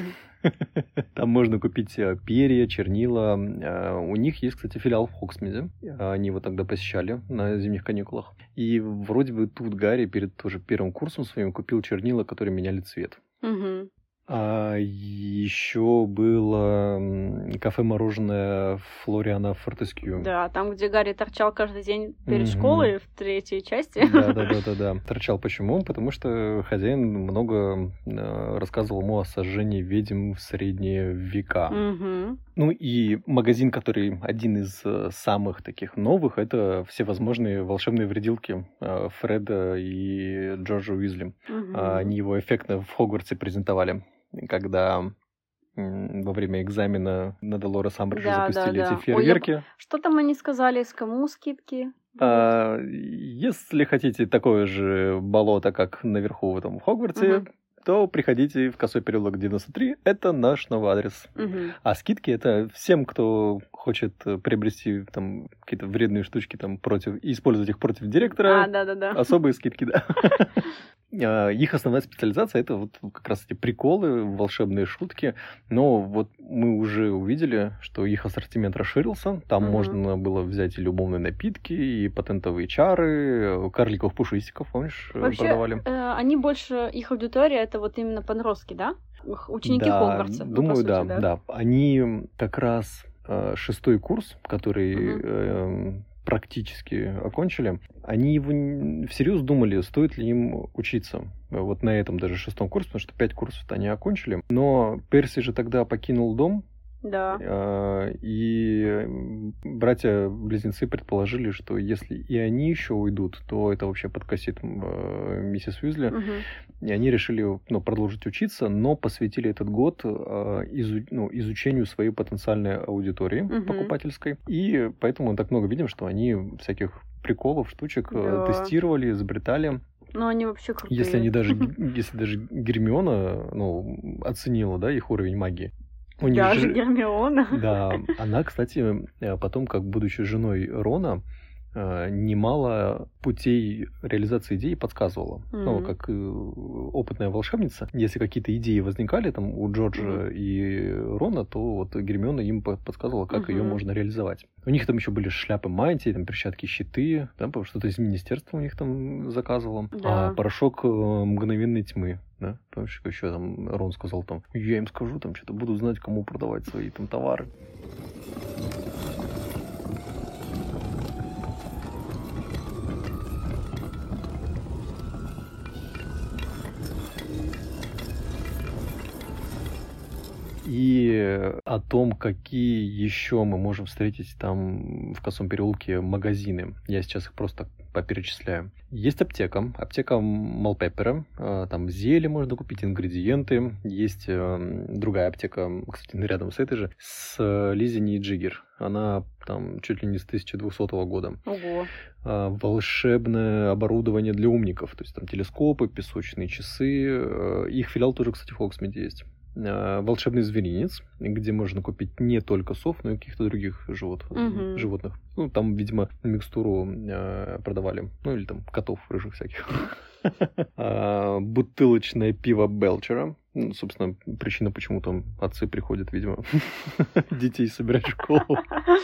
Там можно купить э, перья, чернила. Э, У них есть, кстати, филиал в Хоксмиде. Э, Они его тогда посещали на зимних каникулах. И вроде бы тут Гарри перед тоже первым курсом своим купил чернила, которые меняли цвет. Мгм. А еще было м, кафе-мороженое Флориана Фортескью. Да, там, где Гарри торчал каждый день перед Мгм. школой в третьей части. Да, да, да, да, да. Торчал почему? Потому что хозяин много э, рассказывал ему о сожжении ведьм в средние века. Мгм. Ну и магазин, который один из э, самых таких новых, это всевозможные волшебные вредилки э, Фреда и Джорджа Уизли. Мгм. А, Они его эффектно в Хогвартсе презентовали, когда м, во время экзамена на Долорес Амбридж Да, запустили да, да. эти фейерверки. Что там они сказали, с кому скидки? А, если хотите такое же болото, как наверху в этом в Хогвартсе, Мгм. то приходите в Косой переулок девяносто три. Это наш новый адрес. Мгм. А скидки это всем, кто хочет э, приобрести там какие-то вредные штучки там против и использовать их против директора. А, да-да-да. Особые скидки, да. А, Их основная специализация это вот как раз эти приколы, волшебные шутки. Но вот мы уже увидели, что их ассортимент расширился. Там Мгм. можно было взять и любовные напитки, и патентовые чары, карликовых пушистиков, помнишь, э, Вообще, продавали. э, они больше, их аудитория, это вот именно подростки, да? Ух, Ученики Да, Хогвартса. ну, по думаю, сути, да, да, Они как раз э, шестой курс, который Мгм. э, практически окончили, они его н- всерьез думали, стоит ли им учиться. Вот на этом даже шестом курсе, потому что пять курсов они окончили. Но Перси же тогда покинул дом, Да. И братья-близнецы предположили, что если и они еще уйдут, то это вообще подкосит миссис Уизли. Угу. И они решили ну, продолжить учиться, но посвятили этот год изу- ну, изучению своей потенциальной аудитории угу. покупательской. И поэтому мы так много видим, что они всяких приколов, штучек да. тестировали, изобретали. Ну, они вообще крутые. Если они даже, если даже Гермиона ну, оценила, да, их уровень магии. У них даже же... Гермиона. Да, она, кстати, потом, как будучи женой Рона, немало путей реализации идей подсказывала. Mm-hmm. Ну, как опытная волшебница. Если какие-то идеи возникали там у Джорджа mm-hmm. и Рона, то вот Гермиона им подсказывала, как mm-hmm. ее можно реализовать. У них там еще были шляпы мантии, там перчатки, щиты, да, что-то из министерства у них там заказывала. Да. А порошок мгновенной тьмы. Да? Помнишь, еще там Рон сказал там, я им скажу, там что-то буду знать, кому продавать свои там товары. И о том, какие еще мы можем встретить там в Косом переулке магазины. Я сейчас их просто поперечисляю. Есть аптека, аптека Малпеппера. Там зелье можно купить, ингредиенты. Есть другая аптека, кстати, рядом с этой же, с Лизини и Джиггер. Она там чуть ли не с тысяча двухсотого года. Ого. Волшебное оборудование для умников. То есть там телескопы, песочные часы. Их филиал тоже, кстати, в Хоксмиде есть. Волшебный зверинец, где можно купить не только сов, но и каких-то других живот, угу. животных. Ну, там, видимо, микстуру э, продавали. Ну, или там котов рыжих всяких. Бутылочное пиво Белчера. Ну, собственно, причина, почему там отцы приходят, видимо, детей собирать в школу.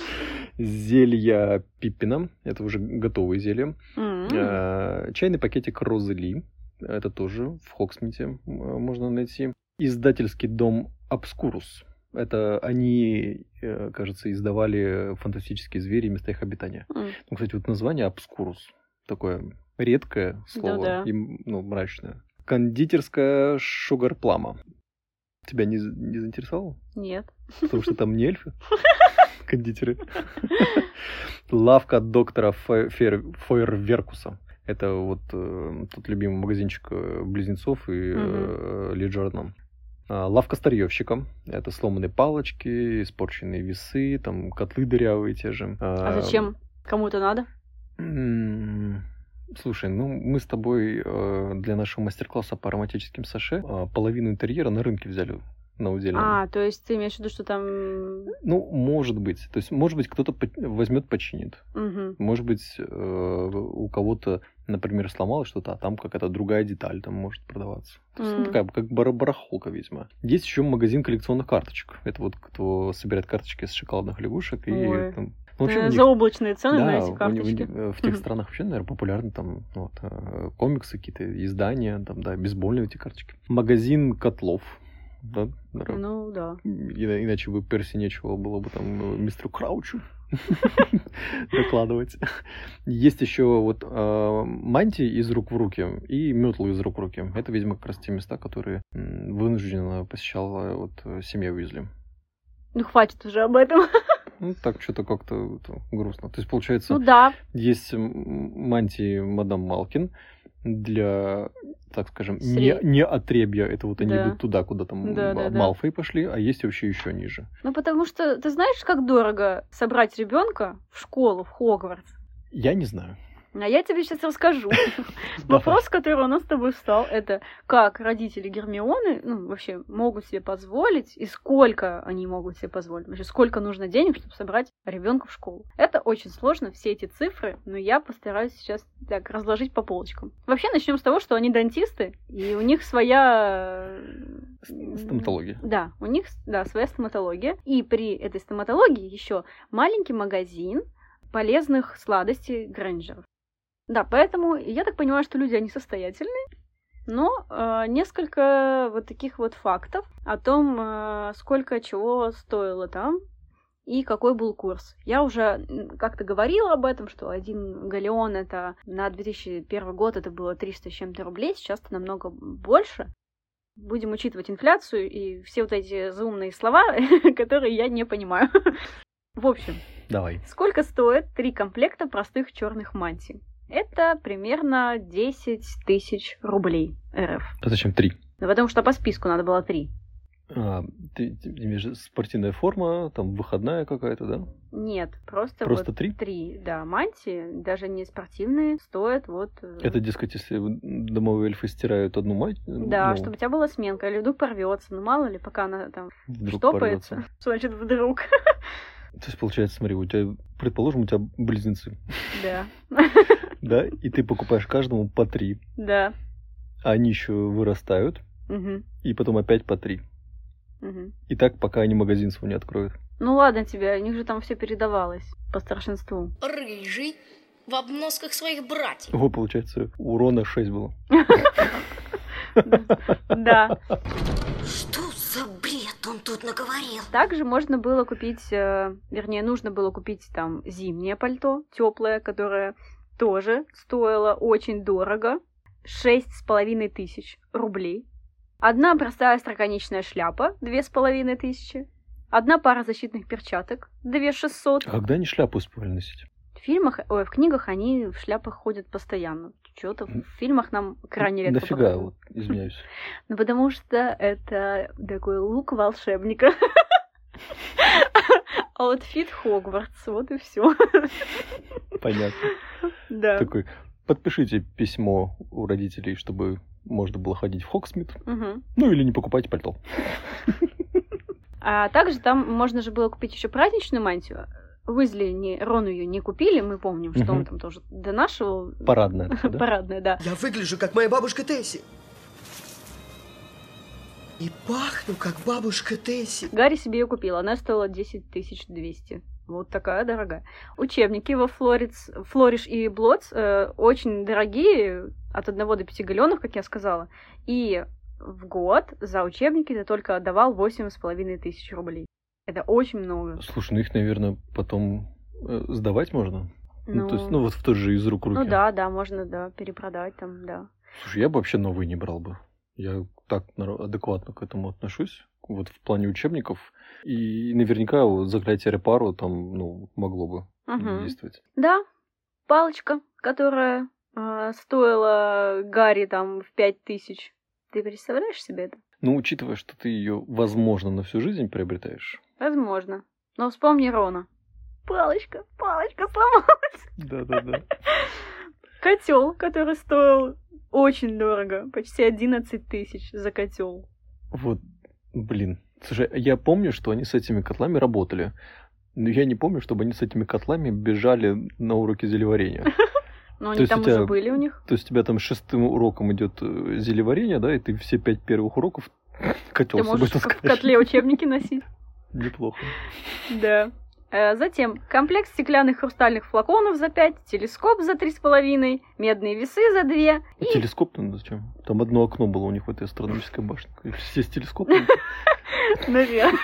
Зелья Пиппина. Это уже готовые зелья. Чайный пакетик Розели. Это тоже в Хоксмите можно найти. Издательский дом Обскурус. Это они, кажется, издавали фантастические звери и места их обитания. Mm. Ну, кстати, вот название Обскурус такое редкое слово да-да. и ну, мрачное. Кондитерская Шугар Плама. Тебя не, не заинтересовало? Нет. Потому что там не эльфы, кондитеры. Лавка доктора Фойерверкуса. Это вот э, тот любимый магазинчик близнецов и э, Ли Джордана. А, лавка старьевщика. Это сломанные палочки, испорченные весы, там котлы дырявые те же. А, а зачем? Кому-то надо? М- Слушай, ну мы с тобой э, для нашего мастер-класса по ароматическим саше э, половину интерьера на рынке взяли. На удельном. А, то есть ты имеешь в виду, что там... Ну, может быть. То есть, может быть, кто-то возьмет, починит. Угу. Может быть, э, у кого-то, например, сломалось что-то, а там какая-то другая деталь там может продаваться. То есть, mm. ну, такая, как барахолка, видимо. Есть еще магазин коллекционных карточек. Это вот кто собирает карточки с шоколадных лягушек. И, там, ну, вообще, них, заоблачные цены да, на эти карточки. У них, в тех странах вообще, наверное, популярны там вот, комиксы, какие-то издания, там, да, бейсбольные эти карточки. Магазин котлов. Да, ну да. И, иначе бы Перси нечего было бы там мистеру Краучу докладывать. Есть еще вот э, мантии из рук в руки и метлы из рук в руки. Это, видимо, как раз те места, которые вынужденно посещала вот семья Уизли. Ну хватит уже об этом. Ну так что-то как-то это, грустно. То есть получается, ну, да. есть мантии мадам Малкин для, так скажем, не, не отребья. Это вот они да. идут туда, куда там да, да, Малфой да. пошли, а есть вообще еще ниже. Ну, потому что ты знаешь, как дорого собрать ребенка в школу, в Хогвартс? Я не знаю. А я тебе сейчас расскажу. Вопрос, который у нас с тобой встал, это как родители Гермионы ну, вообще могут себе позволить, и сколько они могут себе позволить, вообще сколько нужно денег, чтобы собрать ребенка в школу. Это очень сложно, все эти цифры, но я постараюсь сейчас так разложить по полочкам. Вообще начнем с того, что они дантисты, и у них своя... Стоматология. Да, у них да, своя стоматология, и при этой стоматологии еще маленький магазин полезных сладостей Грэнджеров. Да, поэтому я так понимаю, что люди, они состоятельные, но э, несколько вот таких вот фактов о том, э, сколько чего стоило там и какой был курс. Я уже как-то говорила об этом, что один галеон это на две тысячи первый год это было триста с чем-то рублей, сейчас это намного больше. Будем учитывать инфляцию и все вот эти заумные слова, которые я не понимаю. В общем, Давай. Сколько стоит три комплекта простых черных мантий? Это примерно десять тысяч рублей РФ. А зачем три? Ну, потому что по списку надо было три. А, ты, ты имеешь в виду спортивная форма, там выходная какая-то, да? Нет, просто, Просто вот три? Три, да, мантии, даже не спортивные, стоят вот... э, Это, дескать, если домовые эльфы стирают одну мать, Да, ну, чтобы у тебя была сменка, или вдруг порвется, ну мало ли, пока она там вдруг штопается. порвётся. Что значит вдруг? То есть, получается, смотри, у тебя, предположим, у тебя близнецы, Да, да, и ты покупаешь каждому по три, да. а они еще вырастают, Мгм, и потом опять по три. мгм. И так, пока они магазин свой не откроют. Ну ладно тебе, у них же там все передавалось по старшинству. Рыжий в обносках своих братьев. Ого, получается, у Рона шесть было. Да. Что за бред он тут наговорил? Также можно было купить, э, вернее, нужно было купить там зимнее пальто, теплое, которое тоже стоило очень дорого. Шесть с половиной тысяч рублей. Одна простая остроконечная шляпа, две с половиной тысячи. Одна пара защитных перчаток, две шестьсот. А когда они шляпу успевали носить? В фильмах, ой, в книгах они в шляпах ходят постоянно. Что-то в фильмах нам крайне редко Нафига, показывают. вот, извиняюсь. Ну, потому что это такой лук волшебника. Аутфит Хогвартс, вот и все. Понятно. Да. Такой, подпишите письмо у родителей, чтобы можно было ходить в Хогсмит. Мгм. Ну, или не покупайте пальто. А также там можно же было купить еще праздничную мантию. Уизли, не, Рону ее не купили, мы помним, что он Мгм. там тоже донашивал. Парадная такая, да? Парадная, да. Я выгляжу, как моя бабушка Тесси. И пахну, как бабушка Тесси. Гарри себе ее купил, она стоила десять тысяч двести. Вот такая дорогая. Учебники во Флоридс, Флориш и Блотс э, очень дорогие, от одного до пяти галлонов, как я сказала. И в год за учебники ты только отдавал восемь с половиной тысяч рублей. Это очень много. Слушай, ну их, наверное, потом э, сдавать можно? Ну, Ну, то есть, ну, вот в тот же из рук в руки. ну да, да, можно, да, перепродать там, да. Слушай, я бы вообще новые не брал бы. Я так наро- адекватно к этому отношусь, вот в плане учебников. И наверняка вот заклятие Репаро там, ну, могло бы Мгм. действовать. Да, палочка, которая э, стоила Гарри там в пять тысяч. Ты представляешь себе это? Ну, учитывая, что ты ее, возможно, на всю жизнь приобретаешь. Возможно. Но вспомни Рона. Палочка, палочка сломалась. Да-да-да. Котел, который стоил очень дорого. Почти одиннадцать тысяч за котел. Вот, блин. Слушай, я помню, что они с этими котлами работали. Но я не помню, чтобы они с этими котлами бежали на уроки зельеварения. Но То они есть там у тебя- уже были у них. То есть у тебя там шестым уроком идет э, зельеварение, да, и ты все пять первых уроков котел Ты с собой можешь в таскаешь. котле учебники носить. Неплохо. Да. Э, Затем комплект стеклянных хрустальных флаконов за пять, телескоп за три с половиной, медные весы за две. А телескоп там зачем? Там одно окно было у них в этой астрономической башне. Все с телескопом. Наверное.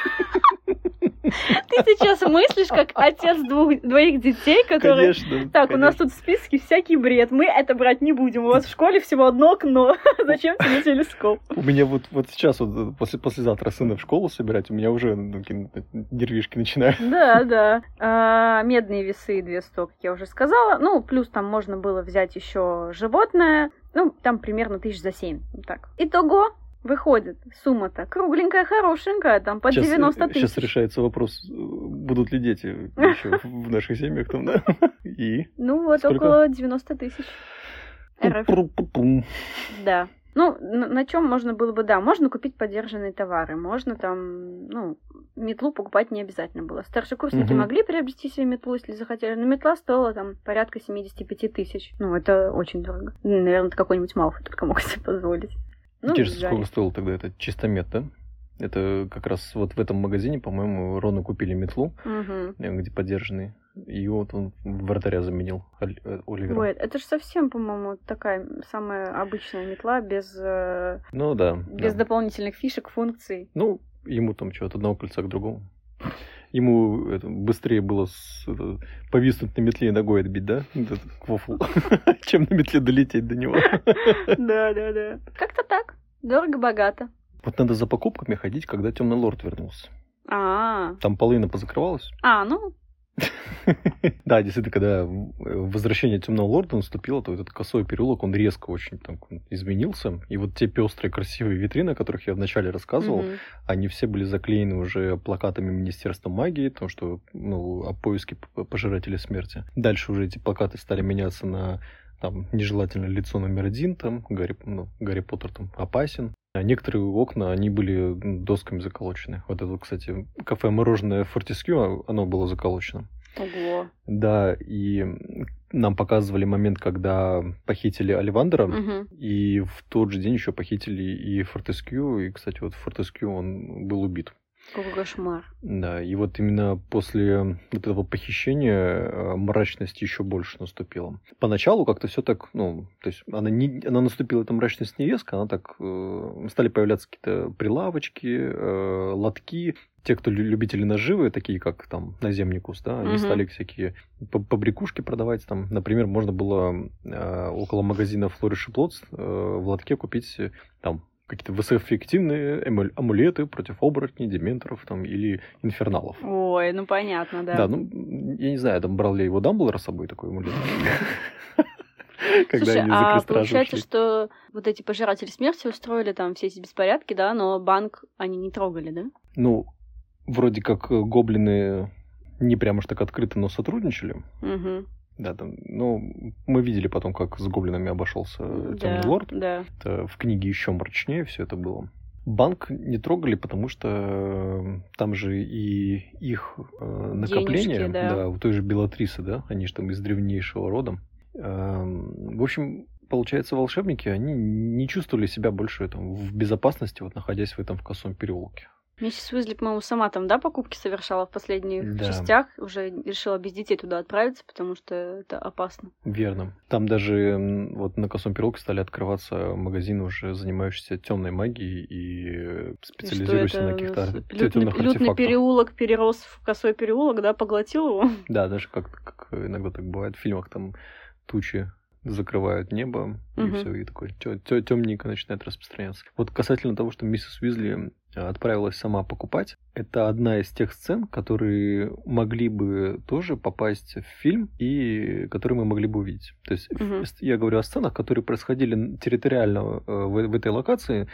Ты сейчас мыслишь, как отец двух, двоих детей, которые... Конечно. Так, у нас тут в списке всякий бред. Мы это брать не будем. У вас в школе всего одно окно. Зачем тебе телескоп? У меня вот, вот сейчас, вот после, послезавтра сына в школу собирать, у меня уже ну, такие нервишки начинают. Да, да. А, медные весы две сто, как я уже сказала. Ну, плюс там можно было взять еще животное. Ну, там примерно тысяч за семь. Вот так. Итого выходит сумма-то кругленькая, хорошенькая, там под Сейчас, девяносто сейчас тысяч. решается вопрос, будут ли дети еще в наших семьях там, да? И? Ну, вот Сколько? около девяносто тысяч. РФ. Пу-пу-пум. Да. Ну, на, на чем можно было бы, да, можно купить подержанные товары, можно там, ну, метлу покупать не обязательно было. Старшекурсники Мгм. могли приобрести себе метлу, если захотели, но метла стоила там порядка семьдесят пять тысяч. Ну, это очень дорого. Наверное, это какой-нибудь Малфой только мог себе позволить. Ну, Интересно, жаль. сколько стоил тогда этот чистомет, да? Это как раз вот в этом магазине, по-моему, Рону купили метлу, Мгм. э, где подержанный, и вот он вратаря заменил Оль- э, Оливера. Ой, это же совсем, по-моему, такая самая обычная метла, без, э, Ну да. без да. дополнительных фишек, функций. Ну, ему там что, от одного кольца к другому. Ему это, быстрее было с, это, повиснуть на метле и ногой отбить, да? Этот квофл. Чем на метле долететь до него. Да, да, да. Как-то так. Дорого-богато. Вот надо за покупками ходить, когда Темный Лорд вернулся. А. Там половина позакрывалась. А, ну... Да, действительно, когда возвращение Темного Лорда наступило, то этот косой переулок, он резко очень так, изменился. И вот те пестрые красивые витрины, о которых я вначале рассказывал, mm-hmm. они все были заклеены уже плакатами Министерства магии, потому что, ну, о поиске пожирателя смерти. Дальше уже эти плакаты стали меняться на там нежелательное лицо номер один, там Гарри, ну, Гарри Поттер там опасен. А некоторые окна, они были досками заколочены. Вот это, кстати, кафе-мороженое Фортескью, оно было заколочено. Ого. Да, и нам показывали момент, когда похитили Оливандера, угу. и в тот же день еще похитили и Фортескью, и, кстати, вот Фортескью, он был убит. Какой кошмар. Да, и вот именно после вот этого похищения мрачность еще больше наступила. Поначалу как-то все так, ну, то есть она, не, она наступила, эта мрачность не резко, она так, э, стали появляться какие-то прилавочки, э, лотки. Те, кто любители наживы, такие как там Наземникус, да, они угу. стали всякие побрякушки продавать. Там, например, можно было э, около магазина Flourish and Plots э, в лотке купить там какие-то высокоэффективные амулеты против оборотней, дементоров там, или инферналов. Ой, ну понятно, да. Да, ну, я не знаю, там брал ли его Дамблдор с собой такой амулет. Слушай, а получается, что вот эти пожиратели смерти устроили там все эти беспорядки, да, но банк они не трогали, да? Ну, вроде как гоблины не прямо уж так открыто, но сотрудничали. Угу. Да, там, ну, мы видели потом, как с гоблинами обошелся да, Темный Лорд. Да. Это в книге еще мрачнее все это было. Банк не трогали, потому что там же и их э, накопления, денежки, да. да, у той же Белатрисы, да, они же там из древнейшего рода. Э, в общем, получается, волшебники, они не чувствовали себя больше там, в безопасности, вот находясь в этом в косом переулке. Миссис Уизли, по-моему, сама там, да, покупки совершала в последних да. частях, уже решила без детей туда отправиться, потому что это опасно. Верно. Там даже вот на Косом переулке стали открываться магазины, уже занимающиеся темной магией и специализирующиеся на каких-то лютный, темных артефактах. Лютный переулок перерос в Косой переулок, да, поглотил его? Да, даже как, как иногда так бывает в фильмах, там тучи закрывают небо, и угу. все, и такое темненько начинает распространяться. Вот касательно того, что миссис Уизли отправилась сама покупать, это одна из тех сцен, которые могли бы тоже попасть в фильм и которые мы могли бы увидеть. То есть угу. я говорю о сценах, которые происходили территориально в, в этой локации,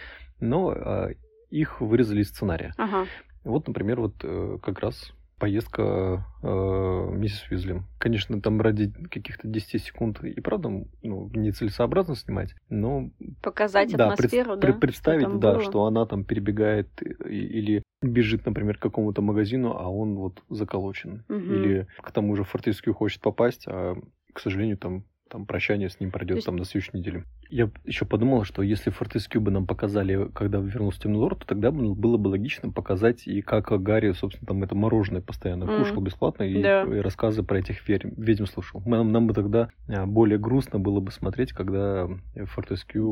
но их вырезали из сценария. Ага. Вот, например, вот как раз поездка э, миссис Уизли. Конечно, там ради каких-то десяти секунд и правда ну, нецелесообразно снимать, но... Показать да, атмосферу, пред, да? Представить, что да, было. что она там перебегает или бежит, например, к какому-то магазину, а он вот заколочен. Угу. Или к тому же Фортескью хочет попасть, а, к сожалению, там там прощание с ним пройдет есть... там на следующей неделе. Я еще подумал, что если Фортескью бы нам показали, когда вернулся Темный Лорд, то тогда было бы логично показать и как Гарри, собственно, там это мороженое постоянно mm. кушал бесплатно и, да. и рассказы про этих ведьм слушал. Нам, нам бы тогда более грустно было бы смотреть, когда Фортескью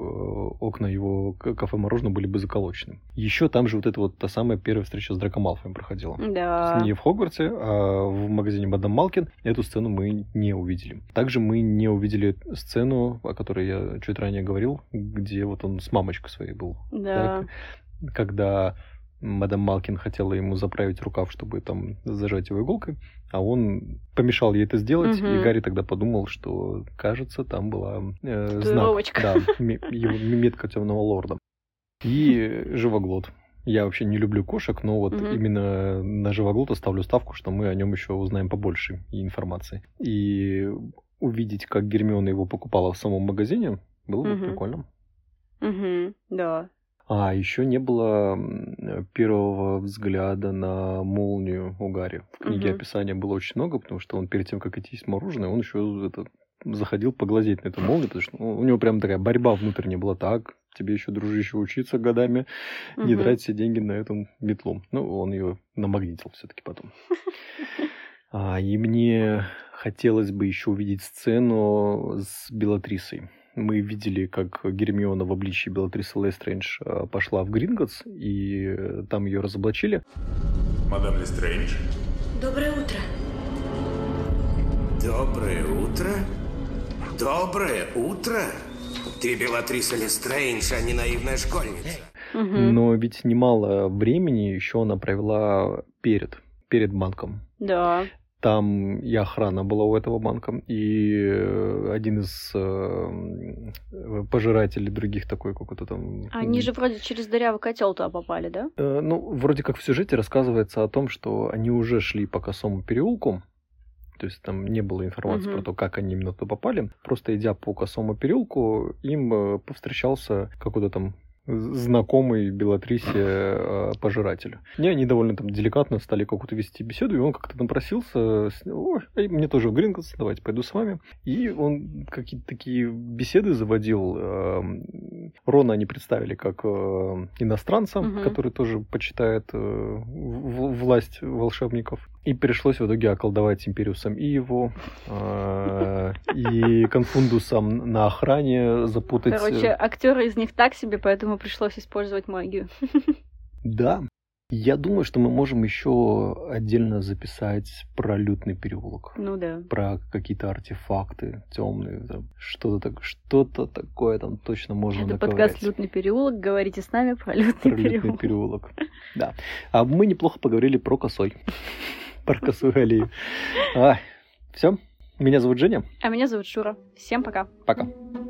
окна его кафе-мороженого были бы заколочены. Еще там же вот эта вот та самая первая встреча с Драко Малфоем проходила. Да. Не в Хогвартсе, а в магазине Мадам Малкин. Эту сцену мы не увидели. Также мы не увидели сцену, о которой я чуть ранее говорил, где вот он с мамочкой своей был. Да. Так, когда мадам Малкин хотела ему заправить рукав, чтобы там зажать его иголкой, а он помешал ей это сделать, угу. и Гарри тогда подумал, что, кажется, там была э, знак, да, его метка Темного Лорда. И живоглот. Я вообще не люблю кошек, но вот угу. именно на живоглота ставлю ставку, что мы о нем еще узнаем побольше информации. И увидеть, как Гермиона его покупала в самом магазине, было бы угу. прикольно. Угу, да. А еще не было первого взгляда на молнию у Гарри. В книге угу. описания было очень много, потому что он перед тем, как идти с мороженое, он еще это, заходил поглазеть на эту молнию, потому что ну, у него прям такая борьба внутренняя была. Так, тебе еще, дружище, учиться годами, угу. не тратить все деньги на эту метлу. Ну, он ее намагнитил все-таки потом. А, и мне хотелось бы еще увидеть сцену с Белатрисой. Мы видели, как Гермиона в обличии Белатрисы Лестрейндж пошла в Гринготс, и там ее разоблачили. Мадам Лестрейндж. Доброе утро. Доброе утро? Доброе утро? Ты Белатриса Лестрейндж, а не наивная школьница. Но ведь немало времени еще она провела перед, перед банком. Да. Там и охрана была у этого банка, и один из э, пожирателей других такой какой-то там... Они же вроде через дырявый котел туда попали, да? Э, ну, вроде как в сюжете рассказывается о том, что они уже шли по Косому переулку, то есть там не было информации Мгм. про то, как они именно туда попали. Просто идя по Косому переулку, им э, повстречался какой-то там знакомый Белатрисе э, пожиратель. И они довольно там деликатно стали какую-то вести беседу, и он как-то напросился, с- ой, эй, мне тоже в Гринготс, давайте пойду с вами. И он какие-то такие беседы заводил. эм, Рона они представили как э, иностранца, Мгм. который тоже почитает э, в- власть волшебников. И пришлось в итоге околдовать Империусом и его, э, и Конфундусом на охране запутать. Короче, актеры из них так себе, поэтому пришлось использовать магию. Да. Я думаю, что мы можем еще отдельно записать про лютный переулок. Ну да. Про какие-то артефакты темные. там, Что-то, так, что-то такое там точно можно Это наковырять. подкаст «Лютный переулок». Говорите с нами про лютный Про лютный переулок. переулок. Да. А мы неплохо поговорили про косой. Про косую аллею. Все. Меня зовут Женя. А меня зовут Шура. Всем пока. Пока.